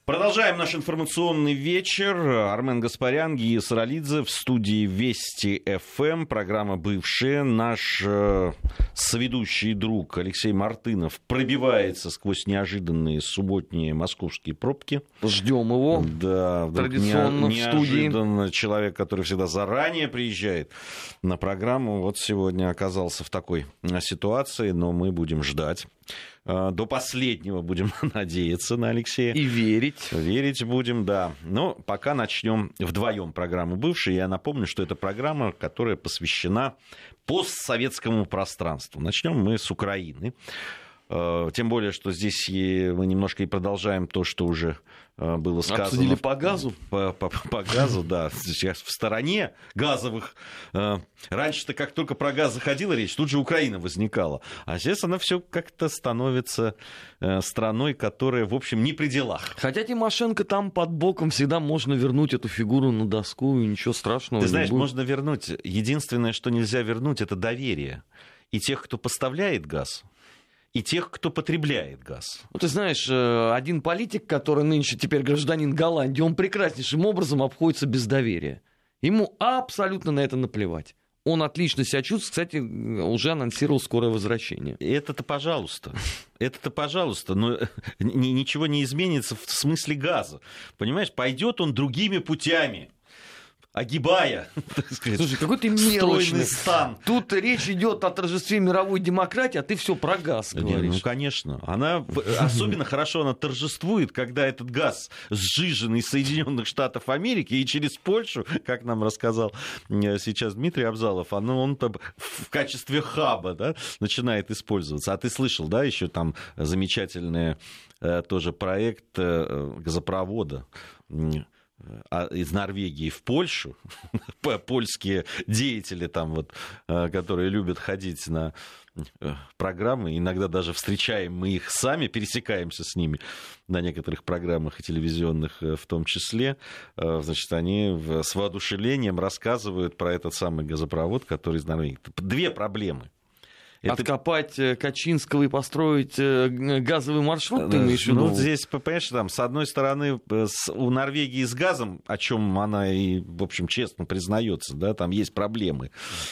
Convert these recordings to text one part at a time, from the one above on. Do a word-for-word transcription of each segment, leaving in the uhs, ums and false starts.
Продолжаем наш информационный вечер. Армен Гаспарян, Гия Саралидзе в студии Вести эф эм. Программа «Бывшие». Наш э, соведущий друг Алексей Мартынов пробивается сквозь неожиданные субботние московские пробки. Ждем его. Да, традиционно не, в студии. неожиданно человек, который всегда заранее приезжает на программу, вот сегодня оказался в такой ситуации, но мы будем ждать. До последнего будем надеяться на Алексея. И верить. Верить будем, да. Но пока начнем вдвоем программу «Бывшие». Я напомню, что это программа, которая посвящена постсоветскому пространству. Начнем мы с Украины. Тем более, что здесь мы немножко и продолжаем то, что уже было сказано. Обсудили по газу? По, по, по газу, да. Сейчас в стороне газовых. Раньше-то, как только про газ заходила речь, тут же Украина возникала. А сейчас она все как-то становится страной, которая, в общем, не при делах. Хотя Тимошенко там под боком, всегда можно вернуть эту фигуру на доску, и ничего страшного Ты не знаешь, будет. можно вернуть. Единственное, что нельзя вернуть, это доверие. И тех, кто поставляет газ, и тех, кто потребляет газ. Ну, ты знаешь, один политик, который нынче теперь гражданин Голландии, он прекраснейшим образом обходится без доверия. Ему абсолютно на это наплевать. Он отлично себя чувствует, кстати, уже анонсировал скорое возвращение. Это-то пожалуйста. Это-то пожалуйста. Но ничего не изменится в смысле газа. Понимаешь, пойдет он другими путями. Огибая, так сказать, слушай, какой ты мелочный стан. Тут речь идет о торжестве мировой демократии, а ты все про газ говоришь. Не, ну, конечно. Она особенно хорошо она торжествует, когда этот газ сжижен из Соединенных Штатов Америки и через Польшу, как нам рассказал сейчас Дмитрий Абзалов, оно, он там в качестве хаба, да, начинает использоваться. А ты слышал, да, еще там замечательный тоже проект газопровода из Норвегии в Польшу, польские деятели там вот, которые любят ходить на программы, иногда даже встречаем мы их сами, пересекаемся с ними на некоторых программах и телевизионных в том числе, значит, они с воодушевлением рассказывают про этот самый газопровод, который из Норвегии. Две проблемы. Это... Откопать Качинского и построить газовый маршрут, ты имеешь в виду? Ну, здесь, понимаешь, там, с одной стороны, у Норвегии с газом, о чем она и, в общем, честно признается, да, там есть проблемы.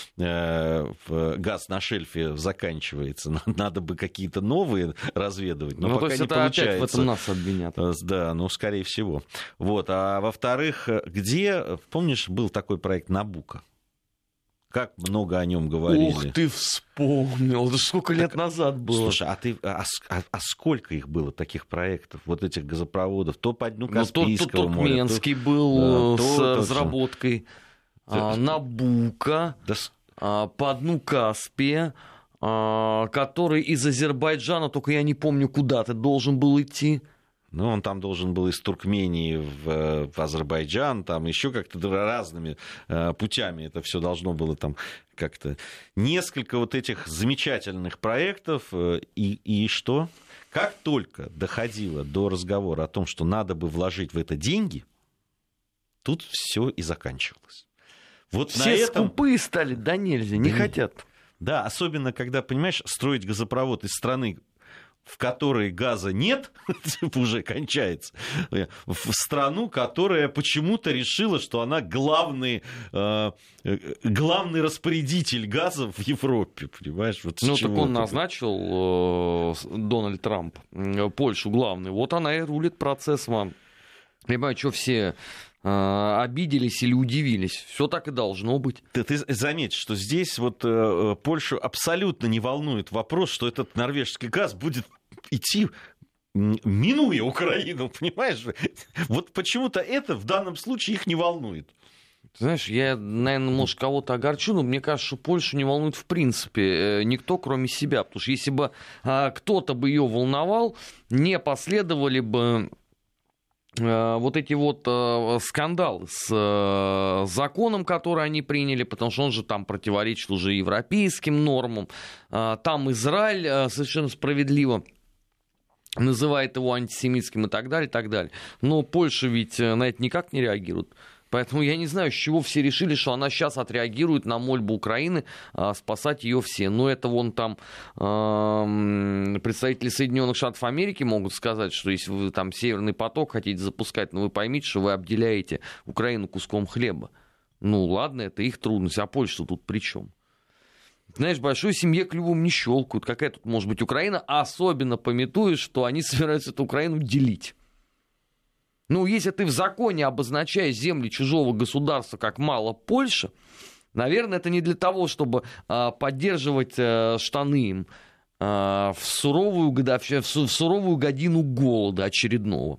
Газ на шельфе заканчивается. Надо бы какие-то новые разведывать, но ну, пока то есть не это получается. Опять в этом нас обвинят. Да, ну, скорее всего. Вот. А во-вторых, где, помнишь, был такой проект «Набуко»? Как много о нем говорили. Ух, ты вспомнил. Это сколько лет так, назад было. Слушай, а, ты, а, а, а сколько их было, таких проектов, вот этих газопроводов? То по дну Каспийского ну, то, моря. Туркменский то, был да, с то, разработкой а, Набуко, да, а, по дну Каспия, а, который из Азербайджана, только я не помню, куда ты должен был идти. Ну, он там должен был из Туркмении в, в Азербайджан, там еще как-то разными э, путями это все должно было там как-то. Несколько вот этих замечательных проектов, э, и, и что? Как только доходило до разговора о том, что надо бы вложить в это деньги, тут все и заканчивалось. Вот все на этом... скупые стали, да нельзя, не да хотят. Да, особенно когда, понимаешь, строить газопровод из страны, в которой газа нет, уже кончается, в страну, которая почему-то решила, что она главный, э, главный распорядитель газа в Европе, понимаешь? Вот ну, так он назначил, э, Дональд Трамп, э, Польшу главной, вот она и рулит процессом. Я понимаю, что все э, обиделись или удивились. Все так и должно быть. Ты, ты заметь, что здесь вот э, Польшу абсолютно не волнует вопрос, что этот норвежский газ будет идти, минуя Украину, понимаешь? Вот почему-то это в данном случае их не волнует. Ты знаешь, я, наверное, может, кого-то огорчу, но мне кажется, что Польшу не волнует в принципе никто, кроме себя. Потому что если бы а, кто-то бы ее волновал, не последовали бы вот эти вот э, скандалы с э, законом, который они приняли, потому что он же там противоречит уже европейским нормам. Э, там Израиль э, совершенно справедливо называет его антисемитским и так далее, и так далее. Но Польша ведь на это никак не реагирует. Поэтому я не знаю, с чего все решили, что она сейчас отреагирует на мольбу Украины а, спасать ее все. Но это вон там э, представители Соединенных Штатов Америки могут сказать, что если вы там Северный поток хотите запускать, но вы поймите, что вы обделяете Украину куском хлеба. Ну ладно, это их трудность, а Польша тут при чем? Знаешь, большой семье клювом не щелкают. Какая тут может быть Украина? Особенно памятуя, что они собираются эту Украину делить. Ну, если ты в законе обозначаешь земли чужого государства как мало Польша, наверное, это не для того, чтобы а, поддерживать а, штаны им а, в, суровую, в, в суровую годину голода очередного.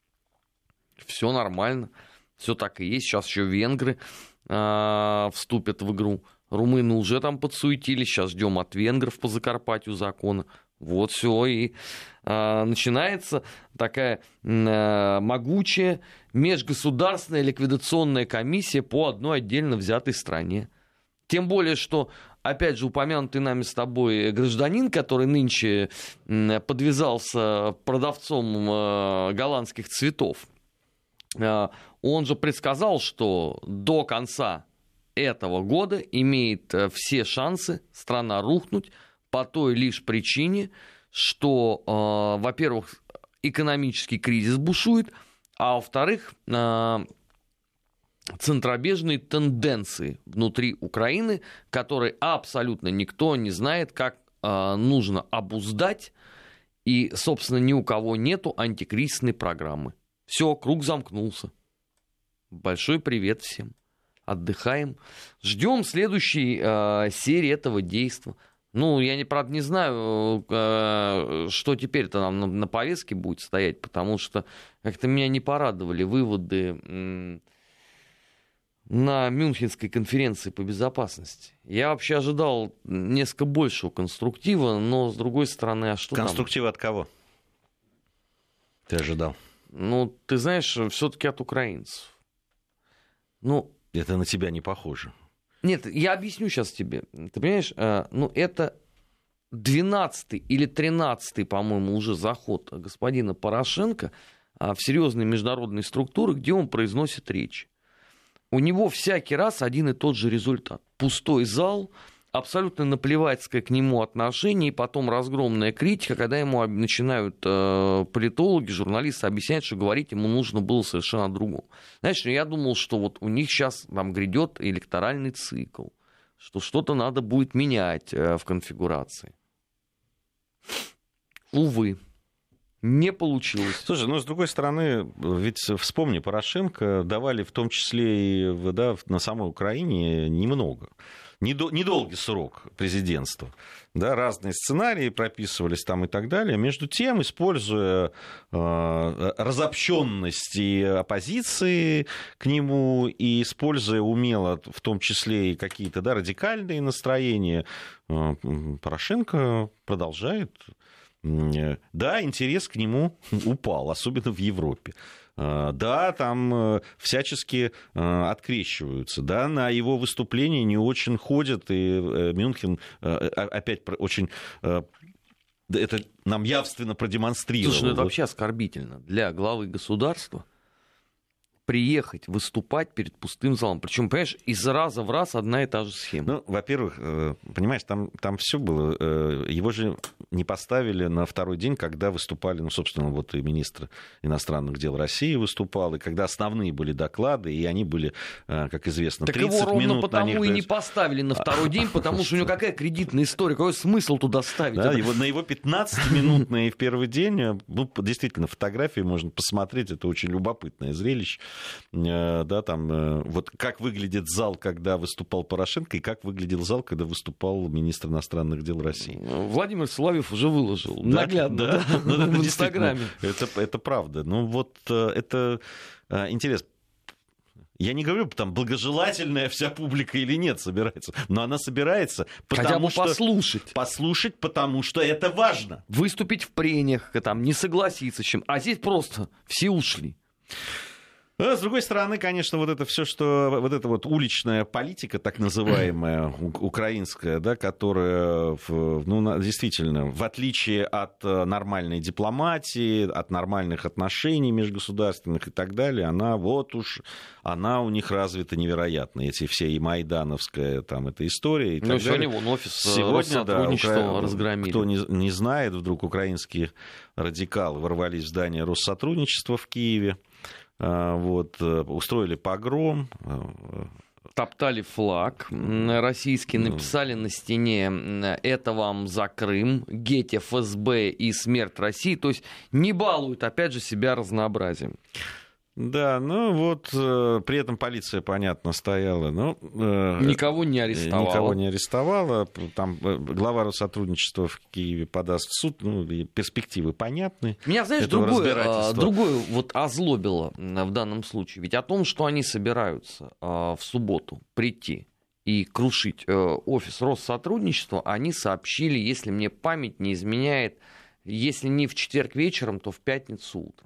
Все нормально, все так и есть. Сейчас еще венгры а, вступят в игру. Румыны уже там подсуетились, сейчас ждем от венгров по Закарпатью закона. Вот все, и а, начинается такая а, могучая межгосударственная ликвидационная комиссия по одной отдельно взятой стране. Тем более, что, опять же, упомянутый нами с тобой гражданин, который нынче подвязался продавцом а, голландских цветов, а, он же предсказал, что до конца этого года имеет все шансы страна рухнуть, по той лишь причине, что, э, во-первых, экономический кризис бушует, а во-вторых, э, центробежные тенденции внутри Украины, которые абсолютно никто не знает, как э, нужно обуздать, и, собственно, ни у кого нету антикризисной программы. Все, круг замкнулся. Большой привет всем. Отдыхаем. Ждем следующей э, серии этого действа. Ну, я, не, правда, не знаю, э, что теперь-то нам на, на повестке будет стоять, потому что как-то меня не порадовали выводы э, на Мюнхенской конференции по безопасности. Я вообще ожидал несколько большего конструктива, но, с другой стороны, а что Конструктива там? От кого ты ожидал? Ну, ты знаешь, все-таки от украинцев. Ну, это на тебя не похоже. Нет, я объясню сейчас тебе. Ты понимаешь, ну это двенадцатый или тринадцатый, по-моему, уже заход господина Порошенко в серьезные международные структуры, где он произносит речь. У него всякий раз один и тот же результат. Пустой зал, абсолютно наплевательское к нему отношение, и потом разгромная критика, когда ему начинают э, политологи, журналисты объяснять, что говорить ему нужно было совершенно другому. Знаешь, я думал, что вот у них сейчас там грядет электоральный цикл, что что-то надо будет менять э, в конфигурации. Увы. Не получилось. Слушай, ну, с другой стороны, ведь вспомни, Порошенко давали в том числе и да, на самой Украине немного. Недолгий срок президентства. Да, разные сценарии прописывались там и так далее. Между тем, используя э, разобщенность и оппозиции к нему, и используя умело в том числе и какие-то да, радикальные настроения, э, Порошенко продолжает. Да, интерес к нему упал, особенно в Европе. Да, там всячески открещиваются. Да, на его выступления не очень ходят. И Мюнхен опять очень... Это нам явственно продемонстрировал. Слушай, ну это вообще оскорбительно для главы государства приехать, выступать перед пустым залом. Причем, понимаешь, из раза в раз одна и та же схема. Ну, во-первых, понимаешь, там, там все было. Его же не поставили на второй день, когда выступали, ну, собственно, вот и министр иностранных дел России выступал, и когда основные были доклады, и они были, как известно, тридцать минут. Так его ровно потому на них... и не поставили на второй день, потому что у него какая кредитная история, какой смысл туда ставить? Да, его, на его пятнадцатиминутные в первый день, ну, действительно, фотографии можно посмотреть, это очень любопытное зрелище. Да, там, вот как выглядит зал, когда выступал Порошенко, и как выглядел зал, когда выступал министр иностранных дел России. Владимир Соловьев уже выложил да, наглядно да, да, да, в Инстаграме. Это, это правда. Ну вот это интересно. Я не говорю, там благожелательная вся публика или нет собирается, но она собирается, потому хотя бы что... послушать. Послушать, потому что это важно. Выступить в прениях, там, не согласиться с чем. А здесь просто все ушли. С другой стороны, конечно, вот это все, что вот эта вот уличная политика, так называемая, украинская, да, которая, ну, действительно, в отличие от нормальной дипломатии, от нормальных отношений межгосударственных и так далее, она вот уж, она у них развита невероятно. Эти все и майдановская там эта история и так ну, далее. сегодня вон офис сегодня, да, Россотрудничества Укра... разгромили. Кто не, не знает, вдруг украинские радикалы ворвались в здание Россотрудничества в Киеве. Вот, устроили погром. Топтали флаг российский, написали на стене «Это вам за Крым», «Геть эф эс бэ» и «Смерть России». То есть не балуют, опять же, себя разнообразием. Да, ну вот, э, при этом полиция, понятно, стояла. Но, э, никого не арестовала. Никого не арестовала. Там глава Россотрудничества в Киеве подаст в суд. Ну, перспективы понятны. Меня, знаешь, другое, другое вот озлобило в данном случае. Ведь о том, что они собираются э, в субботу прийти и крушить э, офис Россотрудничества, они сообщили, если мне память не изменяет, если не в четверг вечером, то в пятницу утром.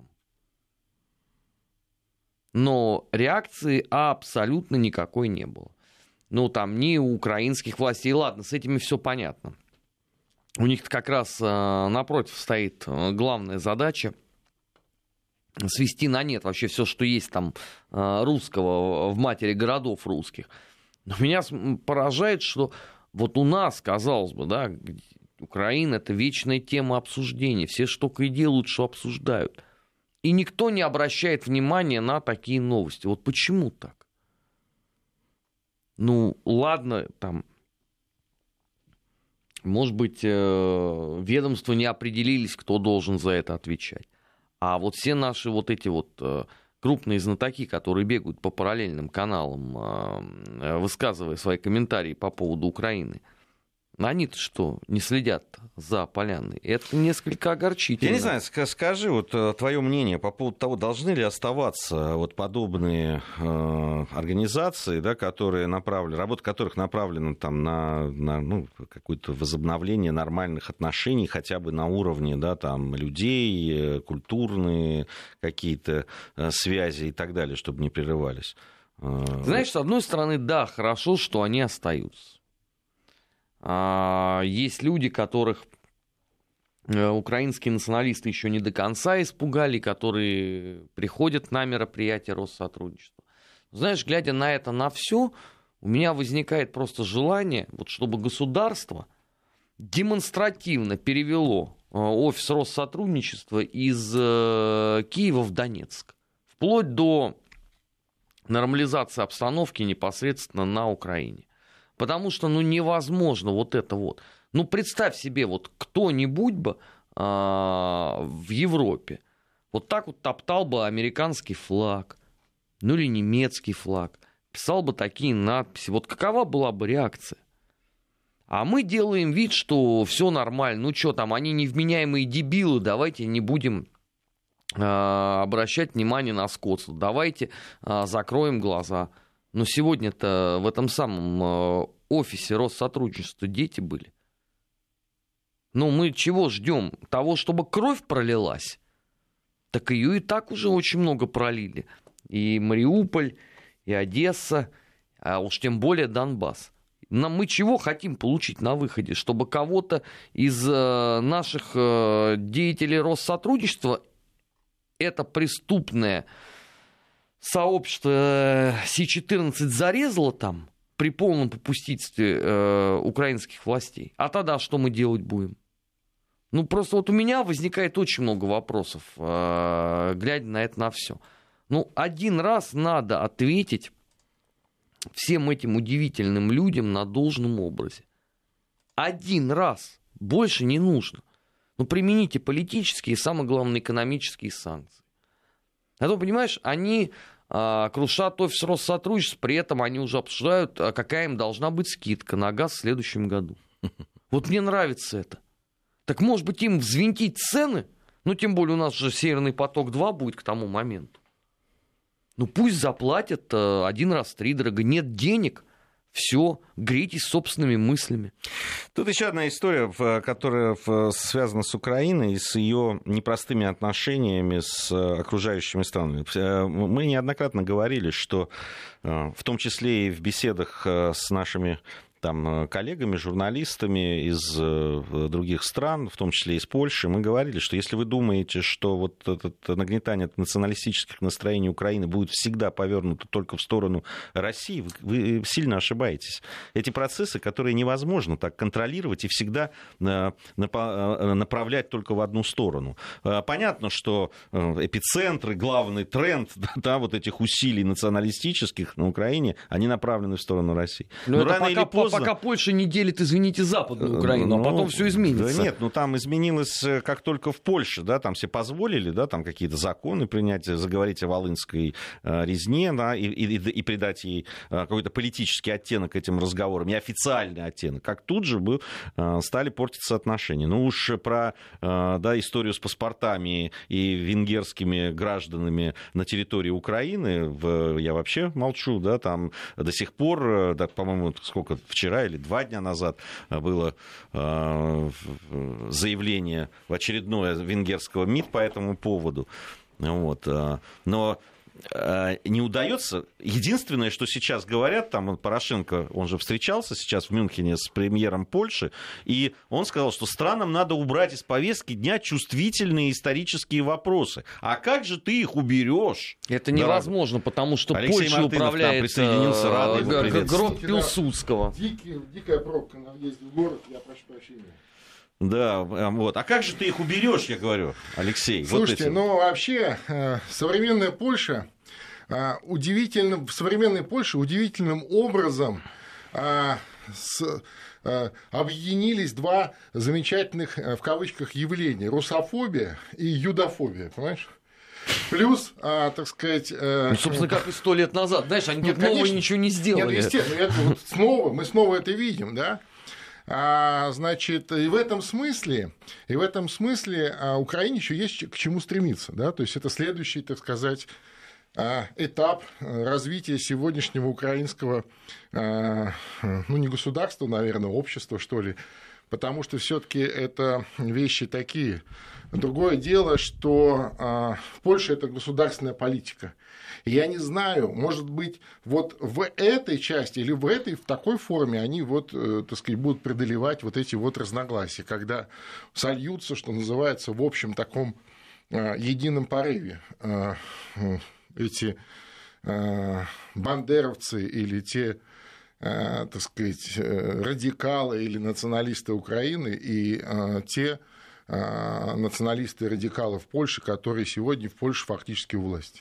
Но реакции абсолютно никакой не было. Ну, там, ни у украинских властей. Ладно, с этими все понятно. У них как раз э, напротив стоит главная задача свести на нет вообще все, что есть там э, русского в матери городов русских. Но меня поражает, что вот у нас, казалось бы, да, Украина — это вечная тема обсуждения. Все что только и делают, что обсуждают. И никто не обращает внимания на такие новости. Вот почему так? Ну, ладно, там, может быть, ведомства не определились, кто должен за это отвечать. А вот все наши вот эти вот крупные знатоки, которые бегают по параллельным каналам, высказывая свои комментарии по поводу Украины, они-то что, не следят за Поляной? Это несколько огорчительно. Я не знаю, скажи, вот твое мнение по поводу того, должны ли оставаться вот подобные э, организации, да, которые направлены, работа которых направлена там, на, на ну, какое-то возобновление нормальных отношений, хотя бы на уровне, да, там, людей, культурные какие-то связи и так далее, чтобы не прерывались. Знаешь, с одной стороны, да, хорошо, что они остаются. Есть люди, которых украинские националисты еще не до конца испугали, которые приходят на мероприятия Россотрудничества. Знаешь, глядя на это, на все, у меня возникает просто желание, вот, чтобы государство демонстративно перевело офис Россотрудничества из Киева в Донецк, вплоть до нормализации обстановки непосредственно на Украине. Потому что, ну, невозможно вот это вот. Ну, представь себе, вот кто-нибудь бы а, в Европе вот так вот топтал бы американский флаг, ну, или немецкий флаг, писал бы такие надписи. Вот какова была бы реакция? А мы делаем вид, что все нормально. Ну, что там, они невменяемые дебилы, давайте не будем а, обращать внимание на скотство. Давайте а, закроем глаза. Но сегодня-то в этом самом офисе Россотрудничества дети были. Ну, мы чего ждем? Того, чтобы кровь пролилась? Так ее и так уже очень много пролили. И Мариуполь, и Одесса, а уж тем более Донбасс. Нам мы чего хотим получить на выходе? Чтобы кого-то из наших деятелей Россотрудничества это преступное сообщество Си четырнадцать зарезало там при полном попустительстве э, украинских властей. А тогда что мы делать будем? Ну, просто вот у меня возникает очень много вопросов, э, глядя на это на все. Ну, один раз надо ответить всем этим удивительным людям на должном образе. Один раз. Больше не нужно. Ну, примените политические и, самое главное, экономические санкции. А то, понимаешь, они а, крушат офис Россотрудничества, при этом они уже обсуждают, а какая им должна быть скидка на газ в следующем году. Вот мне нравится это. Так, может быть, им взвинтить цены? Ну, тем более у нас же Северный поток-два будет к тому моменту. Ну, пусть заплатят один раз втридорога. Нет денег. все, грейтесь собственными мыслями. Тут еще одна история, которая связана с Украиной и с ее непростыми отношениями с окружающими странами. Мы неоднократно говорили, что в том числе и в беседах с нашими там, коллегами, журналистами из других стран, в том числе из Польши, мы говорили, что если вы думаете, что вот это нагнетание националистических настроений Украины будет всегда повернуто только в сторону России, вы сильно ошибаетесь. Эти процессы, которые невозможно так контролировать и всегда направлять только в одну сторону. Понятно, что эпицентры, главный тренд, да, вот этих усилий националистических на Украине, они направлены в сторону России. Но, Но рано или поздно... Пока Польша не делит, извините, Западную Украину, ну, а потом все изменится. Да нет, ну там изменилось как только в Польше, да, там все позволили, да, там какие-то законы принять, заговорить о волынской э, резне, да, и, и, и придать ей э, какой-то политический оттенок этим разговорам, и официальный оттенок, как тут же бы э, стали портиться отношения. Ну уж про э, да, историю с паспортами и венгерскими гражданами на территории Украины в, я вообще молчу, да, там до сих пор, да, по-моему, сколько вчера или два дня назад было э, заявление в очередное венгерского МИД по этому поводу. Вот. Но э, не удается. Единственное, что сейчас говорят, там Порошенко, он же встречался сейчас в Мюнхене с премьером Польши, и он сказал, что странам надо убрать из повестки дня чувствительные исторические вопросы. А как же ты их уберешь? Это невозможно, да, потому что Алексей Польша Мартынов управляет присоединился, рад его приветствовать. Гроб Пилсудского. Дикий, дикая пробка на въезде в город, я прошу прощения. Да, вот. А как же ты их уберешь, я говорю, Алексей? Слушайте, вот ну вообще современная Польша удивительным, в современной Польше удивительным образом с, объединились два замечательных, в кавычках, явления: русофобия и юдофобия, понимаешь? Плюс, а, так сказать... Э... Ну, собственно, как и сто лет назад. Знаешь, они тут нового ничего не сделали. Нет, естественно, это вот снова, мы снова это видим, да? А, значит, и в этом смысле, и в этом смысле а, Украине еще есть к чему стремиться, да? То есть это следующий, так сказать, этап развития сегодняшнего украинского, ну, не государства, наверное, общества, что ли, потому что все-таки это вещи такие. Другое дело, что в Польше это государственная политика. Я не знаю, может быть, вот в этой части или в этой, в такой форме они вот, так сказать, будут преодолевать вот эти вот разногласия, когда сольются, что называется, в общем таком едином порыве эти бандеровцы или те, так сказать, радикалы или националисты Украины и те националисты и радикалы в Польше, которые сегодня в Польше фактически у власти.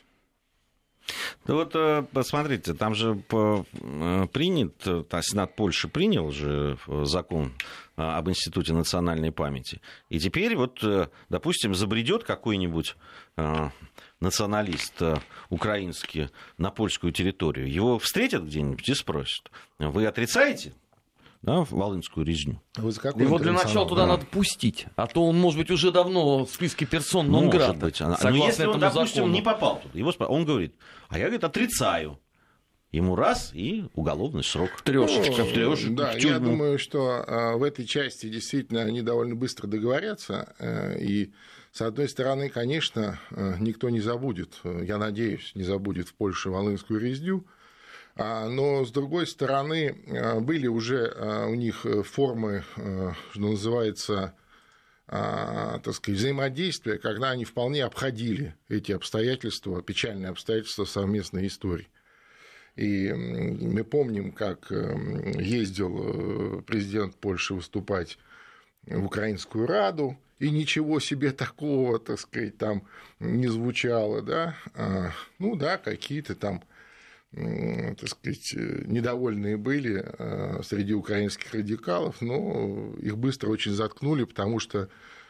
Ну вот, посмотрите, там же принят, Сенат Польши принял же закон об Институте национальной памяти. И теперь вот, допустим, забредет какой-нибудь националист украинский на польскую территорию, его встретят где-нибудь и спросят: вы отрицаете, да, волынскую резню? Его для начала туда да. надо пустить, а то он, может быть, уже давно в списке персон нон-грата. Может быть. Но если он, допустим, закону. не попал туда, его, он говорит: а я, говорит, отрицаю. Ему раз и уголовный срок. Трешечка. Ну, Трешечка. Да, я думаю, что в этой части действительно они довольно быстро договорятся. И, с одной стороны, конечно, никто не забудет, я надеюсь, не забудет в Польше волынскую резню. Но, с другой стороны, были уже у них формы, что называется, так сказать, взаимодействия, когда они вполне обходили эти обстоятельства, печальные обстоятельства совместной истории. И мы помним, как ездил президент Польши выступать в Украинскую Раду, и ничего себе такого, так сказать, там не звучало, да. Ну да, какие-то там, так сказать, недовольные были среди украинских радикалов, но их быстро очень заткнули, потому что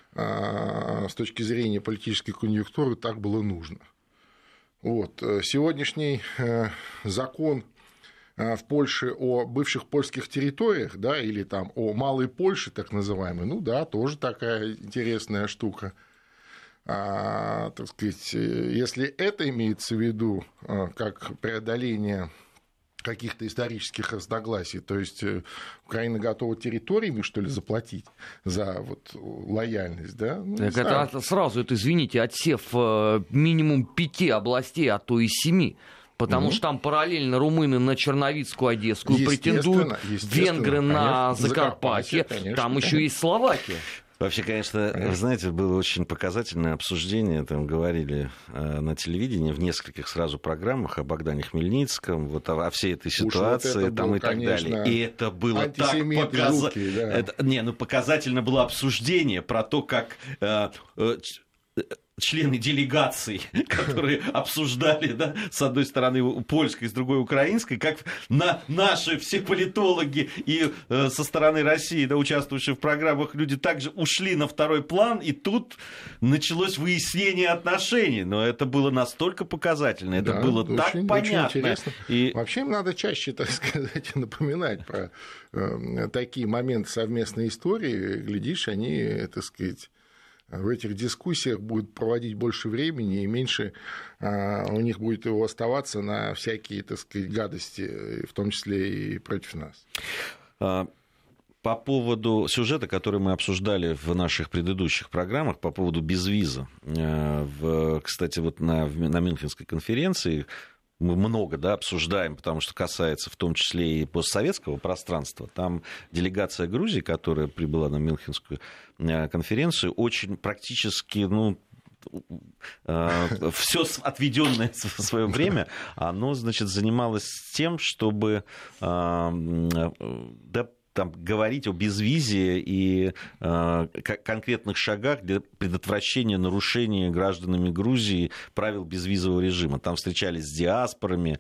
с точки зрения политической конъюнктуры так было нужно. Вот. Сегодняшний закон в Польше о бывших польских территориях, да, или там о Малой Польше, так называемой, ну да, тоже такая интересная штука. А, так сказать, если это имеется в виду как преодоление каких-то исторических разногласий. То есть Украина готова территориями, что ли, заплатить за вот лояльность, да? Ну, так это сразу, это, извините, отсев минимум пяти областей, а то и семи. Потому угу. что там параллельно румыны на Черновицкую, Одесскую претендуют, венгры на Закарпатье, конечно, там конечно. Еще есть Словакия. Вообще, конечно, вы знаете, было очень показательное обсуждение, там говорили э, на телевидении в нескольких сразу программах о Богдане Хмельницком, вот о, о всей этой ситуации вот там, было, и так конечно, далее. И это было так показательно. Да. Это, не, ну, показательно было обсуждение про то, как... Э, э, члены делегаций, которые обсуждали, да, с одной стороны польской, с другой украинской, как на наши все политологи и э, со стороны России, да, участвующие в программах, люди также ушли на второй план, и тут началось выяснение отношений. Но это было настолько показательно, это да, было очень, так понятно. Очень и... Вообще им надо чаще, так сказать, напоминать про э, такие моменты совместной истории. Глядишь, они, так сказать, в этих дискуссиях будут проводить больше времени, и меньше а, у них будет его оставаться на всякие, так сказать, гадости, в том числе и против нас. По поводу сюжета, который мы обсуждали в наших предыдущих программах, по поводу безвиза. В, кстати, вот на, на Мюнхенской конференции мы много, да, обсуждаем, потому что касается в том числе и постсоветского пространства. Там делегация Грузии, которая прибыла на Мюнхенскую конференцию, очень практически, ну, все отведенное в свое время, оно, значит, занималось тем, чтобы да, там, говорить о безвизе и э, конкретных шагах для предотвращения нарушения гражданами Грузии правил безвизового режима. Там встречались с диаспорами,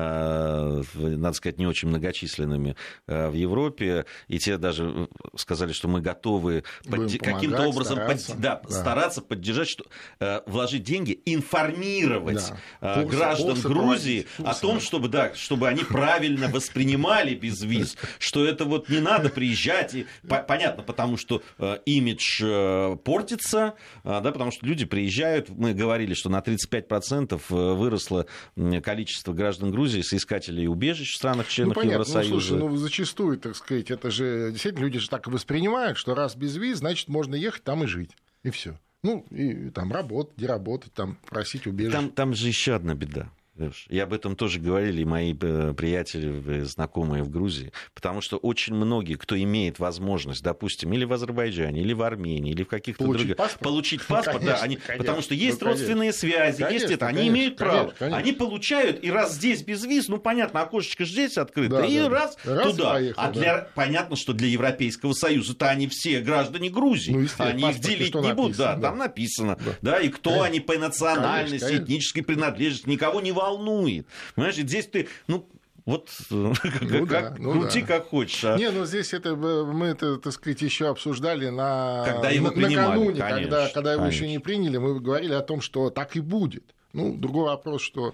э, надо сказать, не очень многочисленными э, в Европе, и те даже сказали, что мы готовы под... каким-то образом стараться, под... да, да. стараться поддержать, что... э, вложить деньги, информировать да. э, курсы, граждан курсы Грузии курсы, о том, чтобы, да, чтобы они правильно воспринимали безвиз, что это вот не Не надо приезжать. И, понятно, потому что э, имидж э, портится, э, да, потому что люди приезжают. Мы говорили, что на тридцать пять процентов выросло количество граждан Грузии, соискателей убежищ в странах-членах ну, Евросоюза. Ну, слушай, ну, зачастую, так сказать, это же действительно люди же так и воспринимают, что раз без виз, значит, можно ехать там и жить. И все. Ну, и там работать, где работать, там просить убежище. Там, там же еще одна беда. И об этом тоже говорили и мои приятели, знакомые в Грузии. Потому что очень многие, кто имеет возможность, допустим, или в Азербайджане, или в Армении, или в каких-то получить других... Паспорт? Получить паспорт, конечно, да. Они... Конечно, потому что есть ну, родственные связи, конечно, есть это. Они конечно, имеют право. Конечно, конечно. Они получают, и раз здесь без виз, ну, понятно, окошечко же здесь открыто, да, и да, раз, да. туда. Поехал, а для... да. понятно, что для Европейского Союза-то они все граждане Грузии. Ну, они их делить не будут. Да, да, там написано. Да. Да, и кто конечно. Они по национальности, конечно, этнической принадлежности, никого не волнует. Понимаешь, здесь ты... Ну, вот ну, как, да, ну крути, да. как хочешь. А... Не, ну здесь это мы это, так сказать, еще обсуждали на... Когда его принимали, накануне, конечно, когда, когда его конечно. еще не приняли, мы говорили о том, что так и будет. Ну, другой вопрос, что,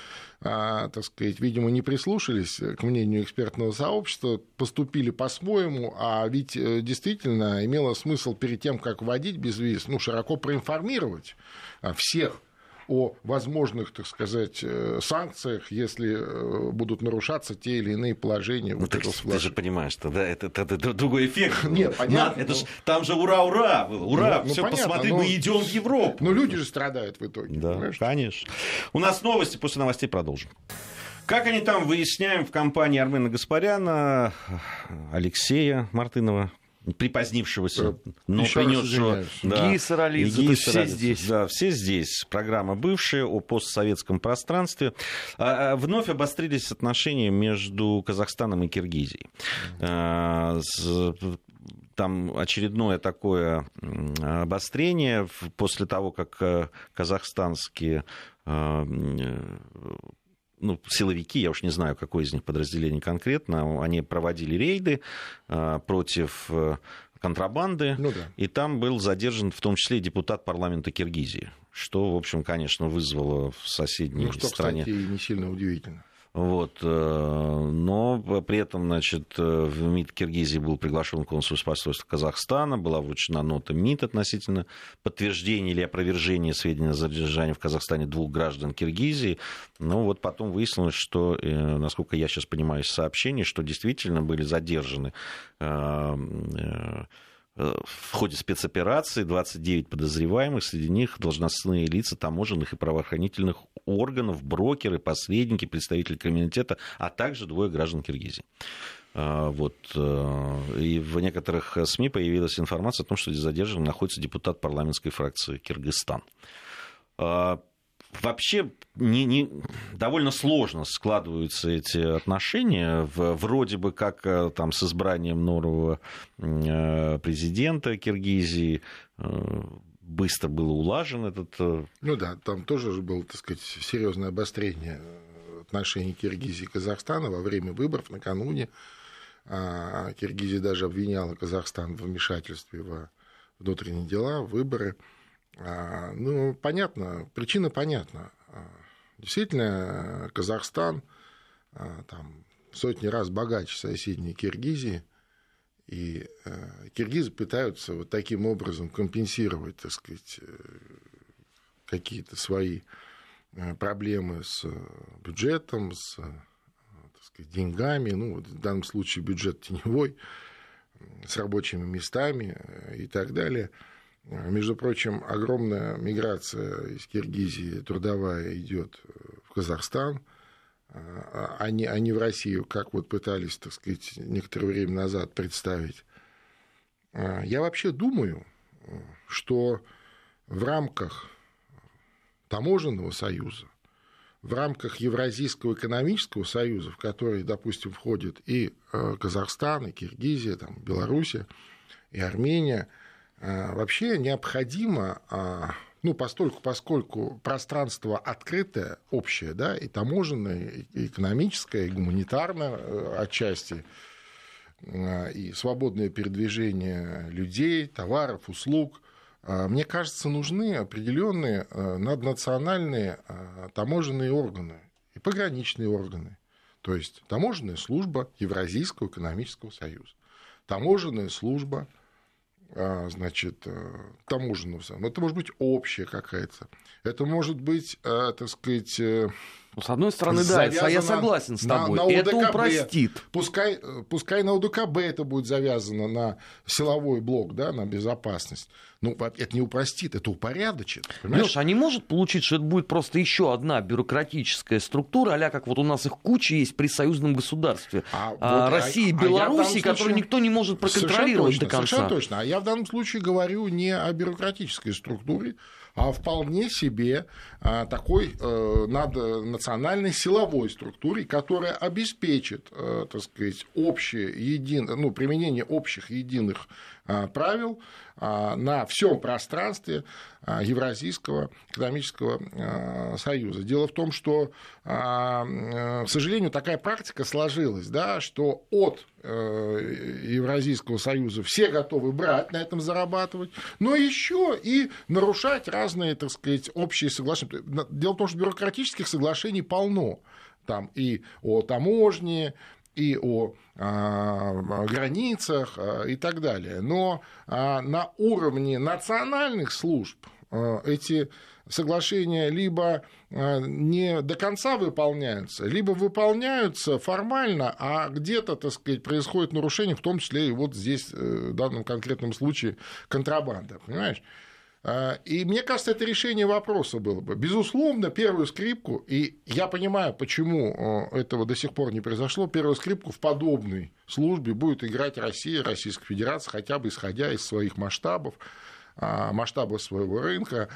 а, так сказать, видимо, не прислушались к мнению экспертного сообщества, поступили по-своему, а ведь действительно имело смысл перед тем, как вводить безвиз, ну, широко проинформировать всех о возможных, так сказать, санкциях, если будут нарушаться те или иные положения. Ну, вот так, ты же понимаешь, что да, это, это, это другой эффект. Нет, понятно. Это ж, там же ура-ура, ура, ну, все, ну, посмотри, но... мы идем в Европу. Но люди же страдают в итоге. Да, понимаешь? Конечно. У нас новости, после новостей продолжим. Как они там, выясняем, в компании Армена Гаспаряна, Алексея Мартынова, припозднившегося, но принесшего... Да, Гии Саралидзе, все здесь. Да, все здесь. Программа бывшая о постсоветском пространстве. А, а, вновь обострились отношения между Казахстаном и Киргизией. А, с, там очередное такое обострение после того, как казахстанские... ну, силовики, я уж не знаю, какое из них подразделение конкретно, они проводили рейды э, против э, контрабанды, ну, да. И там был задержан в том числе и депутат парламента Киргизии, что, в общем, конечно, вызвало в соседней ну, что, стране... кстати, не сильно удивительно. Вот. Но при этом, значит, в МИД Киргизии был приглашен консул посольства Казахстана, была вручена нота МИД относительно подтверждения или опровержения сведений о задержании в Казахстане двух граждан Киргизии. Но вот потом выяснилось, что, насколько я сейчас понимаю из сообщений, что действительно были задержаны в ходе спецоперации двадцать девять подозреваемых, среди них должностные лица таможенных и правоохранительных органов, брокеры, посредники, представители криминалитета, а также двое граждан Киргизии. Вот. И в некоторых СМИ появилась информация о том, что здесь задержан находится депутат парламентской фракции Кыргызстан. Вообще не, не, довольно сложно складываются эти отношения. В, вроде бы как там, с избранием нового президента Киргизии быстро было улажен этот... Ну да, там тоже было, так сказать, серьезное обострение отношений Киргизии и Казахстана во время выборов накануне. Киргизия даже обвиняла Казахстан в вмешательстве во внутренние дела, в выборы. Ну, понятно, причина понятна. Действительно, Казахстан там, сотни раз богаче соседней Киргизии, и киргизы пытаются вот таким образом компенсировать, так сказать, какие-то свои проблемы с бюджетом, с, так сказать, деньгами, ну, вот в данном случае бюджет теневой, с рабочими местами и так далее. Между прочим, огромная миграция из Киргизии трудовая идет в Казахстан, а не, а не в Россию, как вот пытались, так сказать, некоторое время назад представить. Я вообще думаю, что в рамках таможенного союза, в рамках Евразийского экономического союза, в который, допустим, входит и Казахстан, и Киргизия, там, Белоруссия, и Армения, вообще необходимо, ну, постольку, поскольку пространство открытое, общее, да, и таможенное, и экономическое, и гуманитарное отчасти, и свободное передвижение людей, товаров, услуг, мне кажется, нужны определенные наднациональные таможенные органы и пограничные органы. То есть таможенная служба Евразийского экономического союза, таможенная служба, значит, таможенного союза. Это может быть общая какая-то. Это может быть, так сказать... С одной стороны, да, я согласен с тобой. На, на это упростит. Пускай, пускай на УДКБ это будет завязано на силовой блок, да, на безопасность. Ну, это не упростит, это упорядочит. Лёш, а не может получиться, что это будет просто еще одна бюрократическая структура, а-ля как вот у нас их куча есть при союзном государстве. А, а, вот, России и а, Белоруссии, а которую никто не может проконтролировать точно, до конца. Совершенно точно. А я в данном случае говорю не о бюрократической структуре, а вполне себе а, такой а, наднациональной силовой структуре, которая обеспечит, а, так сказать, общее, един... ну, применение общих единых а, правил а, на всем пространстве а, Евразийского экономического а, союза. Дело в том, что, а, к сожалению, такая практика сложилась, да, что от Евразийского союза все готовы брать, на этом зарабатывать, но еще и нарушать разные, так сказать, общие соглашения. Дело в том, что бюрократических соглашений полно. Там и о таможне, и о а, границах а, и так далее. Но а, на уровне национальных служб а, эти соглашения либо не до конца выполняются, либо выполняются формально, а где-то, так сказать, происходит нарушение, в том числе и вот здесь, в данном конкретном случае, контрабанда, понимаешь? И мне кажется, это решение вопроса было бы. Безусловно, первую скрипку, и я понимаю, почему этого до сих пор не произошло, первую скрипку в подобной службе будет играть Россия, Российская Федерация, хотя бы исходя из своих масштабов, масштаба своего рынка,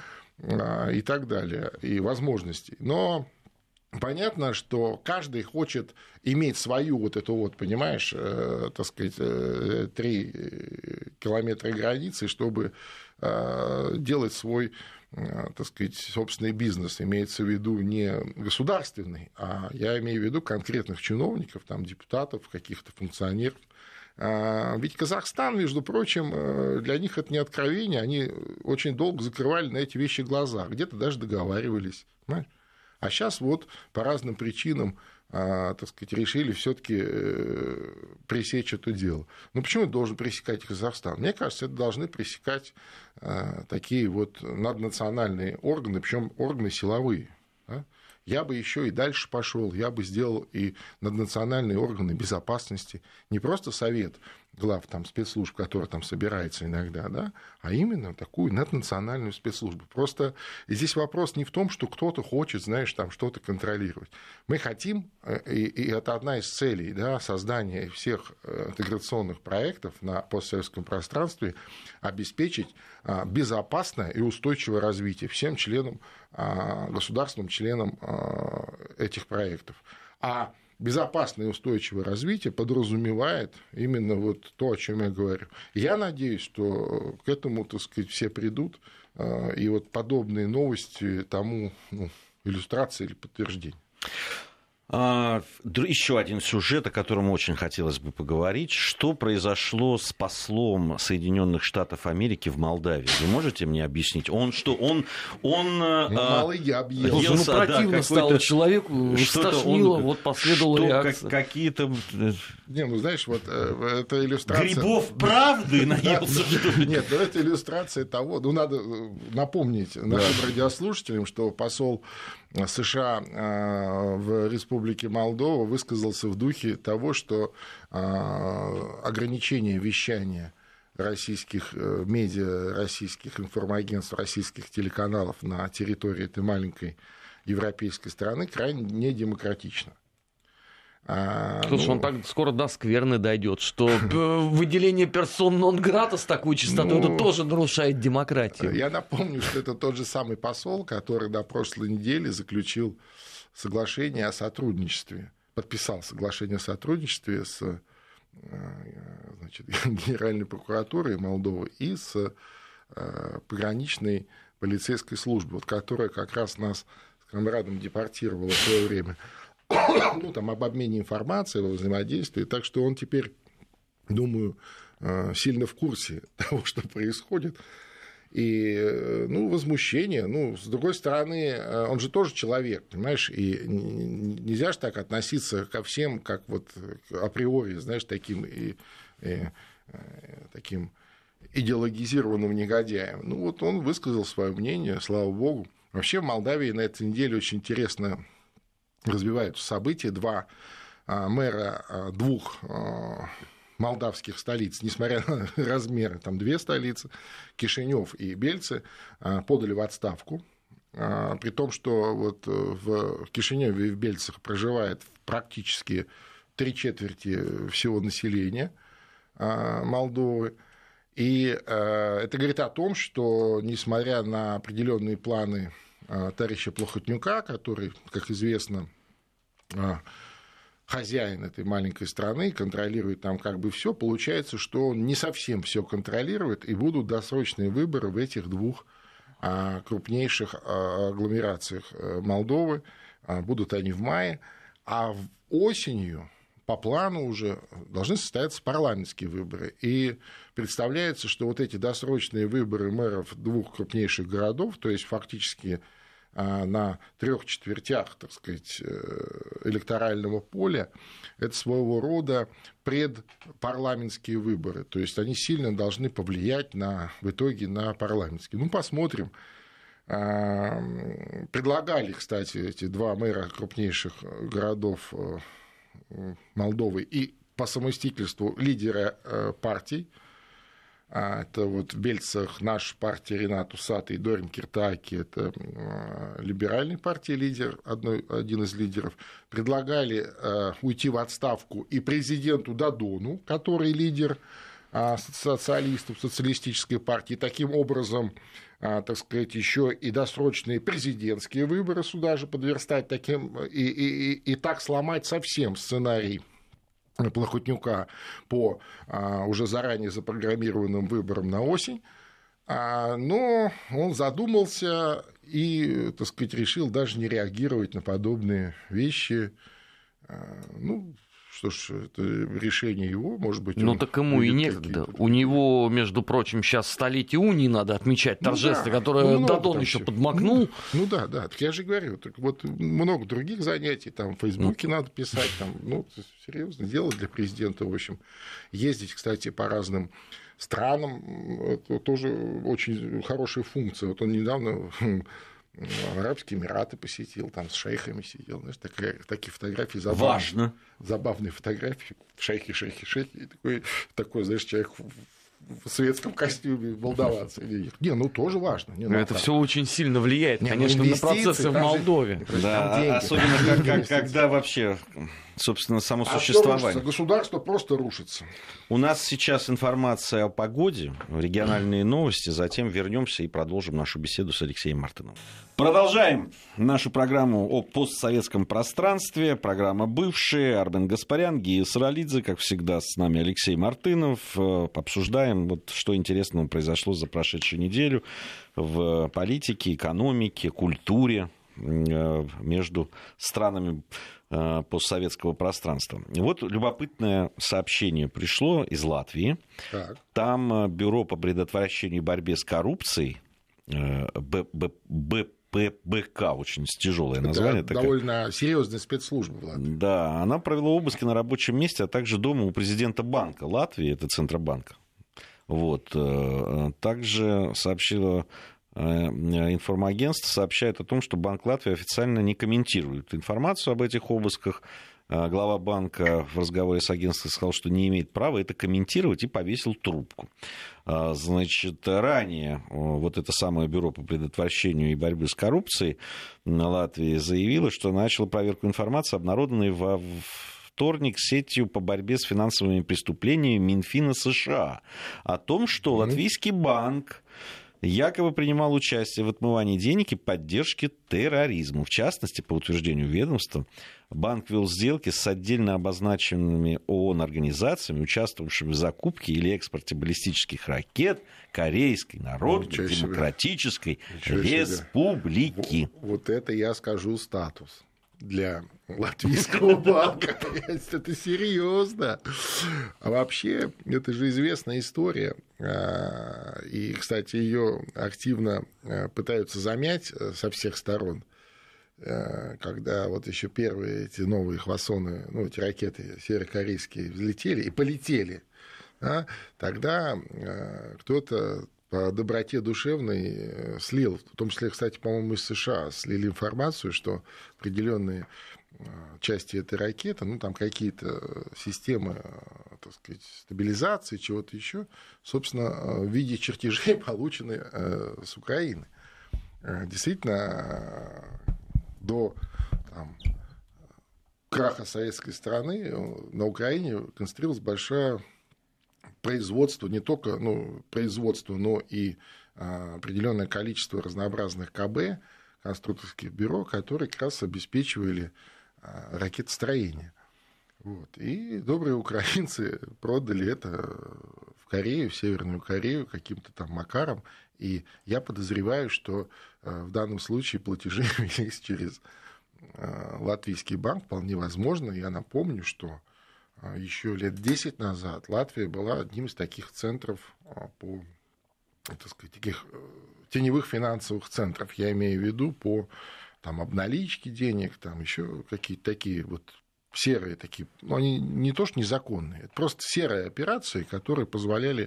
и так далее, и возможностей. Но понятно, что каждый хочет иметь свою вот эту вот, понимаешь, э, так сказать, э, три километра границы, чтобы э, делать свой, э, так сказать, собственный бизнес. Имеется в виду не государственный, а я имею в виду конкретных чиновников, там, депутатов, каких-то функционеров. Ведь Казахстан, между прочим, для них это не откровение, они очень долго закрывали на эти вещи глаза, где-то даже договаривались. Понимаешь? А сейчас вот по разным причинам так сказать, решили все-таки пресечь это дело. Но почему это должен пресекать Казахстан? Мне кажется, это должны пресекать такие вот наднациональные органы, причем органы силовые. Да? Я бы еще и дальше пошел, я бы сделал и наднациональные органы безопасности, не просто совет глав там, спецслужб, который там собирается иногда, да, а именно такую наднациональную спецслужбу. Просто здесь вопрос не в том, что кто-то хочет, знаешь, там что-то контролировать. Мы хотим, и, и это одна из целей, да, создания всех интеграционных проектов на постсоветском пространстве, обеспечить безопасное и устойчивое развитие всем членам, государственным членам этих проектов. А безопасное и устойчивое развитие подразумевает именно вот то, о чем я говорю. Я надеюсь, что к этому, так сказать, все придут, и вот подобные новости тому, ну, иллюстрация или подтверждение. Еще один сюжет, о котором очень хотелось бы поговорить. Что произошло с послом Соединенных Штатов Америки в Молдавии? Вы можете мне объяснить? Он что, он... он ну, малый я объел. Ну, противно да, стало человеку, стошнило, он, вот последовала что, реакция. Как, какие-то... Не, ну, знаешь, вот это иллюстрация... Грибов правды наелся, что ли? Нет, ну, это иллюстрация того... Ну, надо напомнить нашим радиослушателям, что посол США в Республике Молдова высказался в духе того, что ограничение вещания российских медиа, российских информагентств, российских телеканалов на территории этой маленькой европейской страны крайне недемократично. Слушай, ну, он так скоро до скверны дойдет, что выделение персон нон-грата с такой частотой, ну, это тоже нарушает демократию. Я напомню, что это тот же самый посол, который на прошлой неделе заключил соглашение о сотрудничестве, подписал соглашение о сотрудничестве с, значит, Генеральной прокуратурой Молдовы и с пограничной полицейской службой, вот, которая как раз нас с Камрадом депортировала в свое время. Ну, там, об обмене информацией, о взаимодействии. Так что он теперь, думаю, сильно в курсе того, что происходит. И, ну, возмущение. Ну, с другой стороны, он же тоже человек, понимаешь? И нельзя же так относиться ко всем, как вот априори, знаешь, таким, и, и, таким идеологизированным негодяем. Ну, вот он высказал свое мнение, слава богу. Вообще в Молдавии на этой неделе очень интересно развиваются события. Два мэра двух молдавских столиц, несмотря на размеры, там две столицы, Кишинев и Бельцы, подали в отставку. При том, что вот в Кишиневе и в Бельцах проживает практически три четверти всего населения Молдовы. И это говорит о том, что, несмотря на определенные планы товарища Плохотнюка, который, как известно, хозяин этой маленькой страны, контролирует там как бы все, получается, что он не совсем все контролирует, и будут досрочные выборы в этих двух крупнейших агломерациях Молдовы. Будут они в мае, а осенью по плану уже должны состояться парламентские выборы. И представляется, что вот эти досрочные выборы мэров двух крупнейших городов, то есть фактически на трех четвертях, так сказать, электорального поля, это своего рода предпарламентские выборы. То есть они сильно должны повлиять на, в итоге на парламентские. Ну, посмотрим. Предлагали, кстати, эти два мэра крупнейших городов Молдовы и по совместительству лидера партий. Это вот в Бельцах наша партия Ренат Усатый и Дорин Киртааки, это либеральная партия, лидер, одной, один из лидеров, предлагали уйти в отставку и президенту Додону, который лидер социалистов, социалистической партии, таким образом, так сказать, еще и досрочные президентские выборы сюда же подверстать таким, и, и, и, и так сломать совсем сценарий Плохотнюка по а, уже заранее запрограммированным выборам на осень, а, но он задумался и, так сказать, решил даже не реагировать на подобные вещи. А, ну, что ж, это решение его, может быть... Ну, так ему и некогда. У него, между прочим, сейчас столетие унии надо отмечать торжественно, ну, да. которое ну, Дадон еще подмакнул. Ну, ну да, да, так я же говорю, так вот много других занятий, там в Фейсбуке ну. надо писать, там, ну, серьезно, дело для президента, в общем. Ездить, кстати, по разным странам, это тоже очень хорошая функция. Вот он недавно... Арабские Эмираты посетил, там с шейхами сидел, знаешь, такие, такие фотографии забавные. Важно. Забавные фотографии, шейхи, шейхи, шейхи, такой, такой, знаешь, человек в светском костюме волноваться. Не, ну тоже важно. Не, ну, это все очень сильно влияет, не, конечно, на процессы в Молдове. Да, особенно как, как, когда вообще, собственно, само а существование. Государство просто рушится. У нас сейчас информация о погоде, региональные новости, затем вернемся и продолжим нашу беседу с Алексеем Мартыновым. Продолжаем нашу программу о постсоветском пространстве. Программа «Бывшие». Армен Гаспарян, Гия Саралидзе, как всегда, с нами Алексей Мартынов. Обсуждаем, вот, что интересного произошло за прошедшую неделю в политике, экономике, культуре между странами постсоветского пространства. Вот любопытное сообщение пришло из Латвии. Так. Там Бюро по предотвращению и борьбе с коррупцией, Б П Б К, очень тяжелое название. Это довольно серьезная спецслужба в Латвии. Да, она провела обыски на рабочем месте, а также дома у президента банка Латвии, это Центробанка. Вот. Также сообщила информагентство, сообщает о том, что Банк Латвии официально не комментирует информацию об этих обысках. Глава банка в разговоре с агентством сказал, что не имеет права это комментировать, и повесил трубку. Значит, ранее вот это самое Бюро по предотвращению и борьбе с коррупцией на Латвии заявило, что начало проверку информации, обнародованной во вторник сетью по борьбе с финансовыми преступлениями Минфина США, о том, что латвийский банк якобы принимал участие в отмывании денег и поддержке терроризма. В частности, по утверждению ведомства, банк вел сделки с отдельно обозначенными ООН организациями, участвовавшими в закупке или экспорте баллистических ракет Корейской Народно-Демократической Республики. Вот, вот это я скажу статус для латвийского банка. Это серьезно. А вообще, это же известная история. И, кстати, ее активно пытаются замять со всех сторон. Когда вот еще первые эти новые хвасоны, ну, эти ракеты северокорейские взлетели и полетели, да, тогда кто-то по доброте душевной слил, в том числе, кстати, по-моему, из США, слили информацию, что определенные части этой ракеты, ну, там какие-то системы, так сказать, стабилизации, чего-то еще, собственно, в виде чертежей получены с Украины. Действительно, до там, краха советской страны на Украине концентрировалось большое производство, не только ну, производство, но и определенное количество разнообразных КБ, конструкторских бюро, которые как раз обеспечивали ракетостроение. Вот. И добрые украинцы продали это в Корею, в Северную Корею каким-то там макаром. И я подозреваю, что в данном случае платежи велись через латвийский банк, вполне возможно. Я напомню, что еще лет десять назад Латвия была одним из таких центров, по, так сказать, таких теневых финансовых центров. Я имею в виду по там, обналичке денег, там еще какие-то такие вот серые такие, ну, они не то что незаконные, это просто серые операции, которые позволяли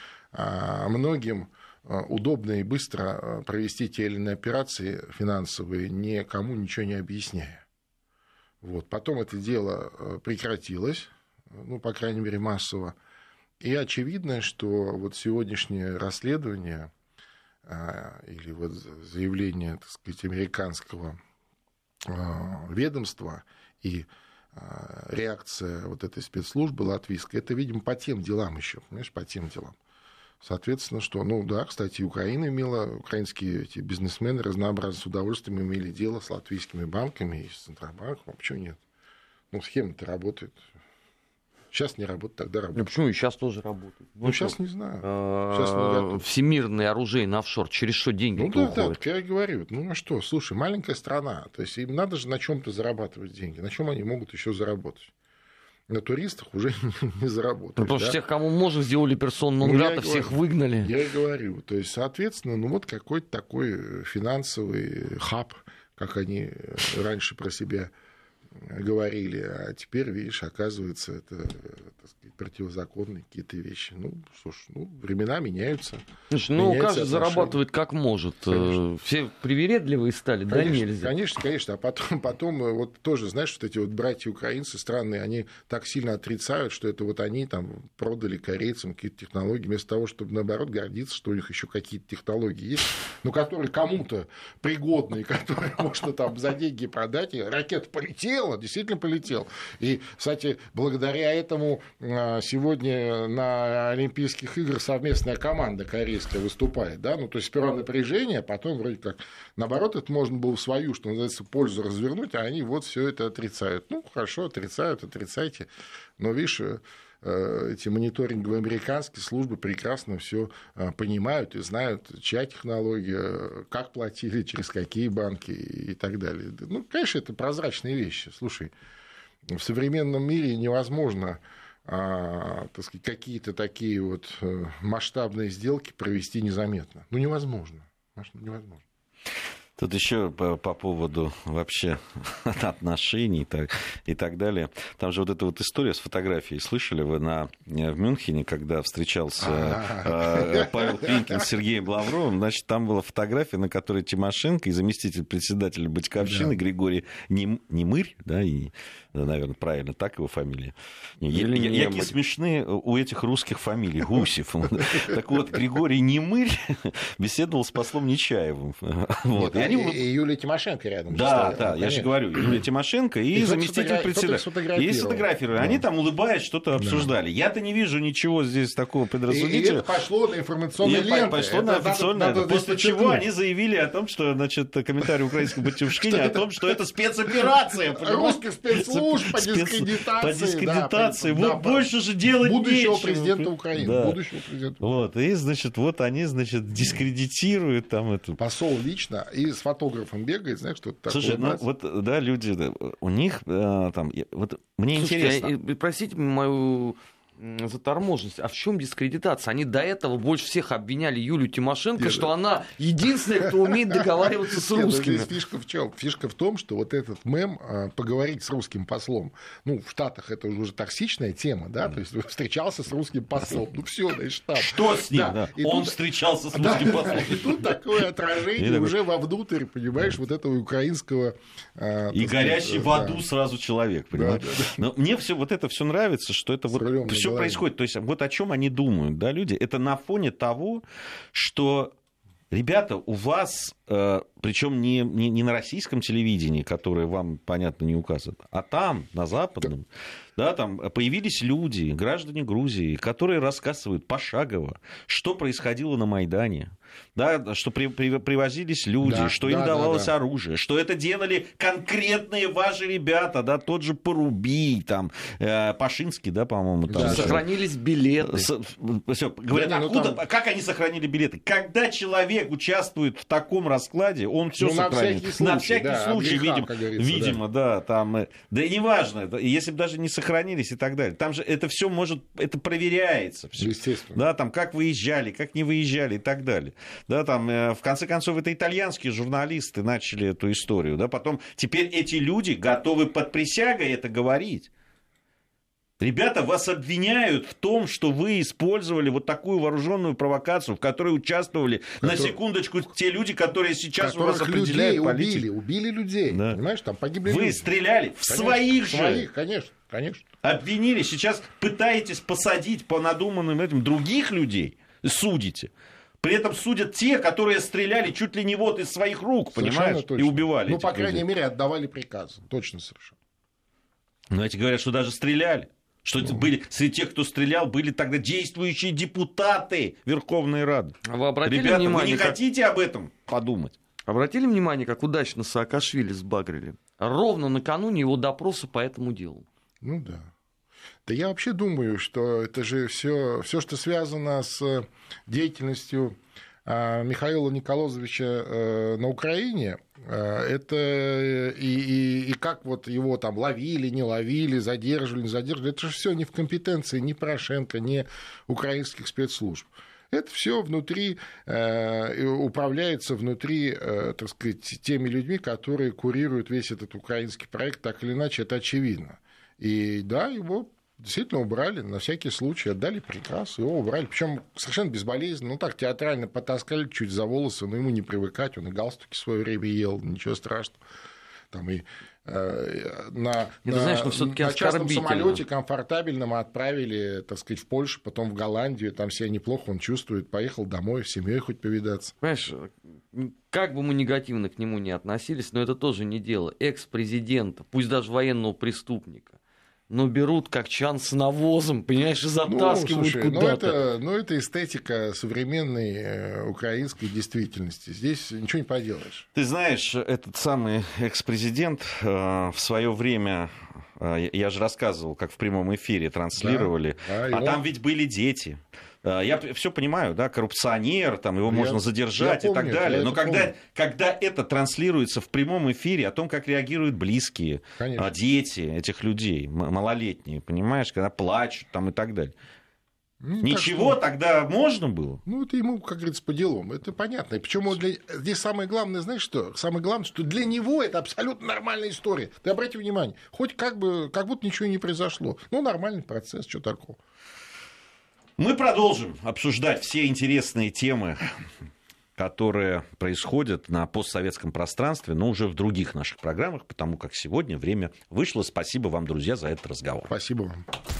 многим удобно и быстро провести те или иные операции финансовые, никому ничего не объясняя. Вот. Потом это дело прекратилось, ну, по крайней мере, массово. И очевидно, что вот сегодняшнее расследование или вот заявление, так сказать, американского ведомства и реакция вот этой спецслужбы латвийской, это, видимо, по тем делам еще, понимаешь, по тем делам. Соответственно, что, ну да, кстати, Украина имела, украинские эти бизнесмены разнообразно с удовольствием имели дело с латвийскими банками и с Центробанком, а почему нет? Ну, схема-то работает. Сейчас не работает, тогда работает. Ну, почему и сейчас тоже работает? Ну, ну сейчас не знаю. Сейчас не всемирный оружейный офшор, через что деньги ну, да, уходят? Да, так я и говорю. Ну, а что, слушай, маленькая страна, то есть им надо же на чем-то зарабатывать деньги. На чем они могут еще заработать? на туристах уже не заработаешь. Ну, потому да? что тех, кому можно, сделали персону нон-грата, ну, всех говорю, выгнали. Я и говорю. То есть, соответственно, ну вот какой-то такой финансовый хаб, как они раньше про себя говорили, а теперь, видишь, оказывается, это, так сказать, противозаконные какие-то вещи. Ну, что ж, ну, времена меняются. Слушай, ну, каждый зарабатывает как может. Конечно. Все привередливые стали, конечно, да, нельзя? Конечно, конечно. А потом, потом, вот тоже, знаешь, вот эти вот братья-украинцы странные, они так сильно отрицают, что это вот они там продали корейцам какие-то технологии, вместо того, чтобы, наоборот, гордиться, что у них еще какие-то технологии есть, но которые кому-то пригодны, которые можно там за деньги продать, и ракета полетела, действительно полетел. И, кстати, благодаря этому сегодня на Олимпийских играх совместная команда корейская выступает. Да? Ну, то есть сперва напряжение, а потом вроде как наоборот, это можно было в свою, что называется, пользу развернуть, а они вот все это отрицают. Ну, хорошо, отрицают, отрицайте. Но, видишь, эти мониторинговые американские службы прекрасно все понимают и знают, чья технология, как платили, через какие банки и так далее. Ну, конечно, это прозрачные вещи. Слушай, в современном мире невозможно, так сказать, какие-то такие вот масштабные сделки провести незаметно. Ну, невозможно. Невозможно. Тут еще по, по поводу вообще отношений так, и так далее. Там же вот эта вот история с фотографией. Слышали вы на, в Мюнхене, когда встречался э, Павел Климкин с Сергеем Лавровым? Значит, там была фотография, на которой Тимошенко и заместитель председателя Батьковщины, да, Григорий Нем, Немырь, да, и, да, наверное, правильно так его фамилия. Какие смешные у этих русских фамилий. Гусев. Так вот, Григорий Немырь беседовал с послом Нечаевым. Вот. И, они... и Юлия Тимошенко рядом. Да, да, я же говорю, Юлия Тимошенко и, и заместитель председателя. И сфотографировали. Да. Они там, улыбаясь, что-то обсуждали. Да. Я-то не вижу ничего здесь такого предрассудительного. И, и это пошло на информационные ленты. Пошло на официальное. После чего они заявили о том, что, значит, комментарий украинской Батьковщины о том, что это спецоперация. Русских спецслужб по дискредитации. По дискредитации. Вот больше же делать нечего. Будущего президента Украины. Будущего президента. Вот, и, значит, вот они, значит, дискредитируют там эту... Посол лично и с фотографом бегает, знаешь, что это такое. Слушай, ну вот, да, люди, да, у них там, вот мне Слушайте, интересно. А, простите мою заторможенность, а в чем дискредитация? Они до этого больше всех обвиняли Юлию Тимошенко, Нет, что да. она единственная, кто умеет договариваться с русскими. Нет, фишка в чем? Фишка в том, что вот этот мем поговорить с русским послом, ну, в Штатах это уже токсичная тема, да, то есть встречался с русским послом, ну, все, значит, там. Что с ним? Да. Да. Он тут... встречался с русским да, послом. И тут такое отражение уже вовнутрь, понимаешь, вот этого украинского... И горящий в аду сразу человек, понимаешь? Но мне все вот это все нравится, что это вот все происходит. То есть вот о чем они думают, да, люди. Это на фоне того, что, ребята, у вас, э, причем не, не, не на российском телевидении, которое вам, понятно, не указывает, а там, на западном, да, там появились люди, граждане Грузии, которые рассказывают пошагово, что происходило на Майдане. Да, что при, при, привозились люди, да, что им да, давалось да, да. оружие, что это делали конкретные ваши ребята, да, тот же Порубий, там, э, Пашинский, да, по-моему. Там, да, сохранились билеты. С, все, говорят, да, откуда, там... как они сохранили билеты? Когда человек участвует в таком раскладе, он все ну, сохранит. На всякий случай, на всякий да, случай видим, видимо, да. да, там, да и неважно, если бы даже не сохранились и так далее. Там же это все может, это проверяется. Всё. Естественно. Да, там, как выезжали, как не выезжали и так далее. Да, там, в конце концов, это итальянские журналисты начали эту историю. Да, потом теперь эти люди готовы под присягой это говорить. Ребята, вас обвиняют в том, что вы использовали вот такую вооруженную провокацию, в которой участвовали, Который... на секундочку, те люди, которые сейчас у вас определяют политику. Убили, убили людей, да. Понимаешь, там погибли вы люди. Вы стреляли в конечно, своих же. Своих, конечно, конечно. Обвинили, сейчас пытаетесь посадить по надуманным этим других людей, судите. При этом судят те, которые стреляли чуть ли не вот из своих рук, совершенно понимаешь, точно. И убивали. Ну, по крайней людей. мере, отдавали приказы. Точно совершенно. Но эти говорят, что даже стреляли. Что ну. были, среди тех, кто стрелял, были тогда действующие депутаты Верховной Рады. А вы обратили Ребята, внимание, вы не как... хотите об этом подумать? Обратили внимание, как удачно Саакашвили сбагрили? Ровно накануне его допроса по этому делу. Ну да. Да я вообще думаю, что это же все, все, что связано с деятельностью Михаила Николозовича на Украине, это и, и, и как вот его там ловили, не ловили, задерживали, не задерживали, это же все не в компетенции ни Порошенко, ни украинских спецслужб. Это все внутри, управляется внутри, так сказать, теми людьми, которые курируют весь этот украинский проект, так или иначе, это очевидно. И да, его действительно убрали, на всякий случай, отдали приказ, его убрали, причем совершенно безболезненно, ну так театрально потаскали чуть за волосы, но ему не привыкать, он и галстуки в свое время ел, ничего страшного. Там и э, на, на, знаешь, на частном самолете комфортабельном отправили, так сказать, в Польшу, потом в Голландию, там себя неплохо он чувствует, поехал домой, с семьей хоть повидаться. Понимаешь, как бы мы негативно к нему не относились, но это тоже не дело. Экс-президента, пусть даже военного преступника, но берут как чан с навозом, понимаешь, и затаскивают ну, слушай, куда-то. Ну это, ну, это эстетика современной э, украинской действительности. Здесь ничего не поделаешь. Ты знаешь, этот самый экс-президент э, в свое время, э, я же рассказывал, как в прямом эфире транслировали, да, да, а он... там ведь были дети. Я все понимаю, да, коррупционер, там его я, можно задержать и так далее. Но когда, когда это транслируется в прямом эфире о том, как реагируют близкие, Конечно. дети этих людей, малолетние, понимаешь, когда плачут там и так далее. Ну, Ничего так, тогда можно было? Ну, это ему, как говорится, по делам. Это понятно. И причем для... здесь самое главное, знаешь что? Самое главное, что для него это абсолютно нормальная история. Ты обрати внимание, хоть как бы, как будто ничего не произошло. Ну, нормальный процесс, что такого. Мы продолжим обсуждать все интересные темы, которые происходят на постсоветском пространстве, но уже в других наших программах, потому как сегодня время вышло. Спасибо вам, друзья, за этот разговор. Спасибо вам.